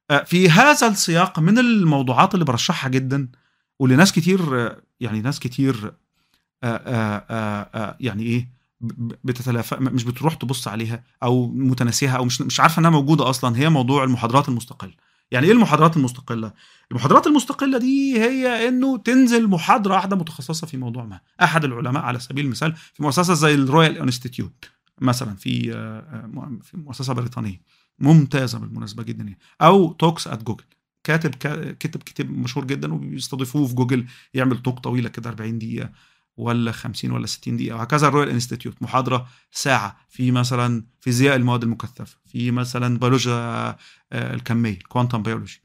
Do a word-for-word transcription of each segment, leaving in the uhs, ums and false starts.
آه، في هذا السياق من الموضوعات اللي برشحها جدا واللي ناس كتير آه، يعني ناس كتير آه، آه، آه، آه، يعني ايه ب- بتتلافى، مش بتروح تبص عليها او متناسيها او مش مش عارفه انها موجوده اصلا، هي موضوع المحاضرات المستقله. يعني ايه المحاضرات المستقله؟ المحاضرات المستقله دي هي انه تنزل محاضره واحده متخصصه في موضوع ما. احد العلماء على سبيل المثال في مؤسسه زي الرويال انستيتيوت مثلا، في آه، آه، في مؤسسه بريطانيه ممتازه بالمناسبه جدا يعني. او توكس ات جوجل، كاتب كا- كتب كتاب مشهور جدا وبيستضيفوه في جوجل، يعمل توك طويله كده أربعين دقيقه ولا خمسين ولا ستين دقيقة، وهكذا. الرويال انستيتيوت محاضرة ساعة في مثلا فيزياء المواد المكثفة، في مثلا بيولوجيا آه، الكمية كوانتم بيولوجي،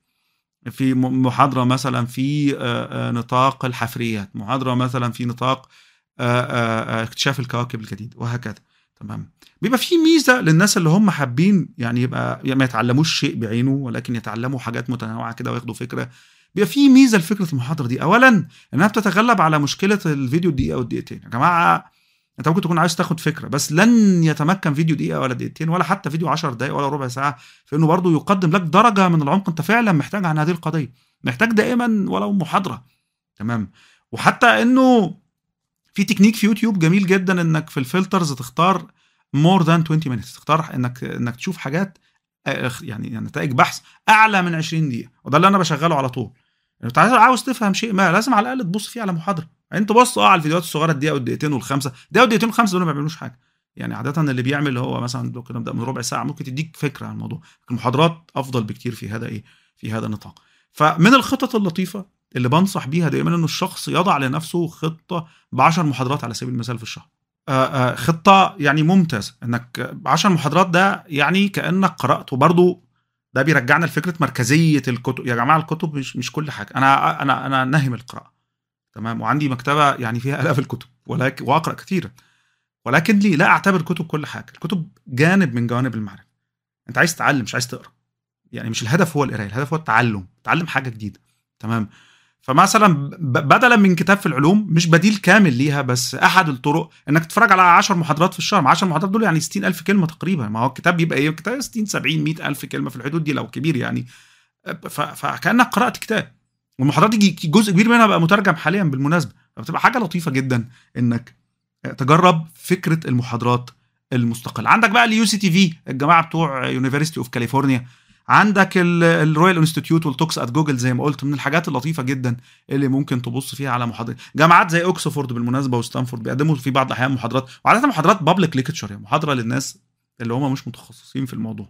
في م- محاضرة مثلا في آه، آه، نطاق الحفريات، محاضرة مثلا في نطاق آه، آه، آه، اكتشاف الكواكب الجديدة، وهكذا. تمام. بيبقى في ميزة للناس اللي هم حابين يعني يبقى يعني ما يتعلموش شيء بعينه، ولكن يتعلموا حاجات متنوعة كده وياخدوا فكرة. بيبقى في ميزة لفكرة المحاضرة دي، أولا إنها بتتغلب على مشكلة الفيديو الدقيقة والدقيقتين. يا جماعة انت ممكن تكون عايز تاخد فكره، بس لن يتمكن فيديو دقيقه ولا دقيقتين ولا حتى فيديو عشر دقائق ولا ربع ساعه في انه برضه يقدم لك درجه من العمق انت فعلا محتاج عن هذه القضيه. محتاج دائما ولو محاضره. تمام. وحتى انه في تكنيك في يوتيوب جميل جدا انك في الفلترز تختار مور ذان عشرين مينتس، تختار انك انك تشوف حاجات آه، يعني يعني نتائج بحث اعلى من عشرين دقيقه، وده اللي انا بشغله على طول. يعني انت عاوز تفهم شيء ما لازم على الاقل تبص فيه على محاضره. يعني انت بص اه على الفيديوهات الصغيره الدقيقه والدقيقتين والخمسه، دقيقه والدقيقتين والخمسه دول ما بيعملوش حاجه. يعني عاده اللي بيعمل هو مثلا لو كنا نبدا من ربع ساعه ممكن تديك فكره عن الموضوع. المحاضرات افضل بكتير في هذا ايه في هذا النطاق. فمن الخطط اللطيفه اللي بنصح بيها دائما انه الشخص يضع لنفسه خطه بعشر محاضرات على سبيل المثال في الشهر. آه، آه، خطه يعني ممتازه انك عشر محاضرات، ده يعني كانك قرات. وبرضه ده بيرجعنا لفكره مركزيه الكتب. يا جماعه الكتب مش مش كل حاجه. انا انا انا ناهم القراءه، تمام، وعندي مكتبه يعني فيها الاف الكتب، ولكن واقرا كثيرا، ولكن لي لا اعتبر الكتب كل حاجه. الكتب جانب من جوانب المعرفه. انت عايز تتعلم مش عايز تقرا. يعني مش الهدف هو القرايه، الهدف هو التعلم، تعلم حاجه جديده. تمام. فمثلا ب- بدلا من كتاب في العلوم، مش بديل كامل ليها، بس احد الطرق انك تتفرج على عشر محاضرات في الشهر. مع عشر محاضرات دول يعني ستين ألف كلمه تقريبا. ما هو الكتاب بيبقى ايه؟ كتاب ستين سبعين مئة ألف كلمه في الحدود دي لو كبير يعني. ف- فكانك قرات كتاب. والمحاضرات دي جزء كبير منها بقى مترجم حاليا بالمناسبه، فبتبقى حاجه لطيفه جدا انك تجرب فكره المحاضرات المستقله. عندك بقى اليو سي تي في، الجماعه بتوع يونيفرسيتي اوف كاليفورنيا. عندك الرويال انستيتيوت والتوكس ات جوجل زي ما قلت، من الحاجات اللطيفه جدا اللي ممكن تبص فيها على محاضرات. جامعات زي اوكسفورد بالمناسبه وستانفورد بيقدموا في بعض الاحيان محاضرات، وعاده محاضرات بابليك ليكتشر، يعني محاضره للناس اللي هم مش متخصصين في الموضوع.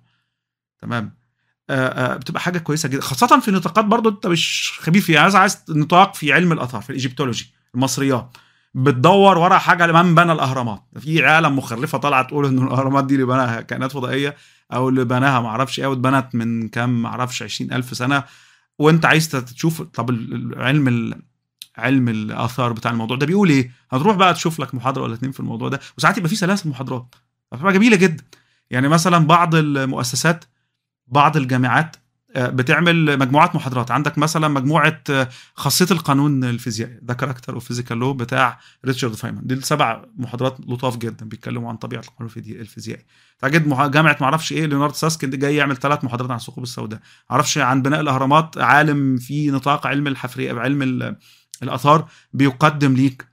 تمام. آه، آه، بتبقى حاجه كويسه جدا، خاصه في نطاقات برضو انت مش خبير فيها. عايز عايز نطاق في علم الاثار، في الايجيبتولوجي، المصريات، بتدور ورا حاجه لمن بنى الاهرامات. في عالم مخرفه طالعه تقول ان الاهرامات دي اللي بناها كائنات فضائيه، او اللي بناها ما اعرفش ايه، واتبنت من كام ما اعرفش عشرين ألف سنه. وانت عايز تشوف طب العلم ال- علم الاثار بتاع الموضوع ده بيقول ايه. هتروح بقى تشوف لك محاضره ولا اتنين في الموضوع ده، وساعات يبقى في سلاسل محاضرات بتبقى جميله جدا. يعني مثلا بعض المؤسسات، بعض الجامعات آه، بتعمل مجموعات محاضرات. عندك مثلا مجموعه آه، خاصيه القانون الفيزيائي، ذا كاركتر اوف فيزيكال لو بتاع ريتشارد فايمان. دي السبع محاضرات لطاف جدا بيتكلموا عن طبيعه القانون الفيدي- الفيزيائي. تجد مح- جامعه ما اعرفش ايه ليونارد ساسكن جاي يعمل ثلاث محاضرات عن الثقوب السوداء. ما اعرفش عن بناء الاهرامات، عالم في نطاق علم الحفريه علم ال- الاثار بيقدم ليك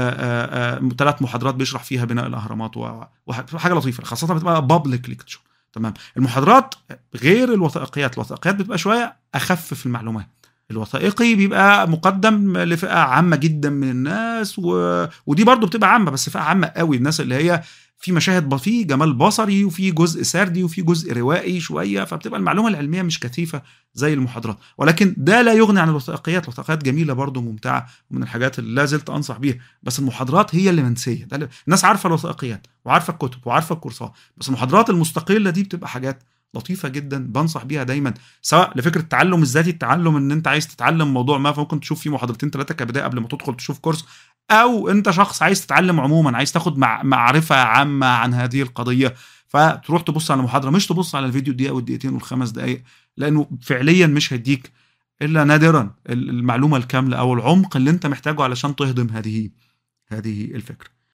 ثلاث محاضرات بيشرح فيها بناء الاهرامات، و- وحاجه لطيفه، خاصه بتبقى بابليك ليكتشر. تمام. المحاضرات غير الوثائقيات. الوثائقيات بتبقى شويه اخف في المعلومات. الوثائقي بيبقى مقدم لفئه عامه جدا من الناس، و... ودي برضو بتبقى عامه بس فئه عامه قوي، الناس اللي هي في مشاهد فيه جمال بصري وفي جزء سردي وفي جزء روائي شويه، فبتبقى المعلومه العلميه مش كثيفه زي المحاضرات. ولكن ده لا يغني عن الوثائقيات. الوثائقيات جميله برضو ممتعه ومن الحاجات اللي لا زلت انصح بيها، بس المحاضرات هي اللي منسيه. ده اللي... الناس عارفه الوثائقيات وعارفه الكتب وعارفه الكورسات، بس المحاضرات المستقله دي بتبقى حاجات لطيفه جدا بنصح بيها دايما، سواء لفكره التعلم الذاتي، التعلم ان انت عايز تتعلم موضوع ما فممكن تشوف فيه محاضرتين ثلاثه كبدايه قبل ما تدخل تشوف كورس، او انت شخص عايز تتعلم عموما، عايز تاخد مع معرفه عامه عن هذه القضيه، فتروح تبص على المحاضره، مش تبص على الفيديو الدقيقه والدقيقتين والخمس دقائق، لانه فعليا مش هيديك الا نادرا المعلومه الكامله او العمق اللي انت محتاجه علشان تهضم هذه هذه الفكره.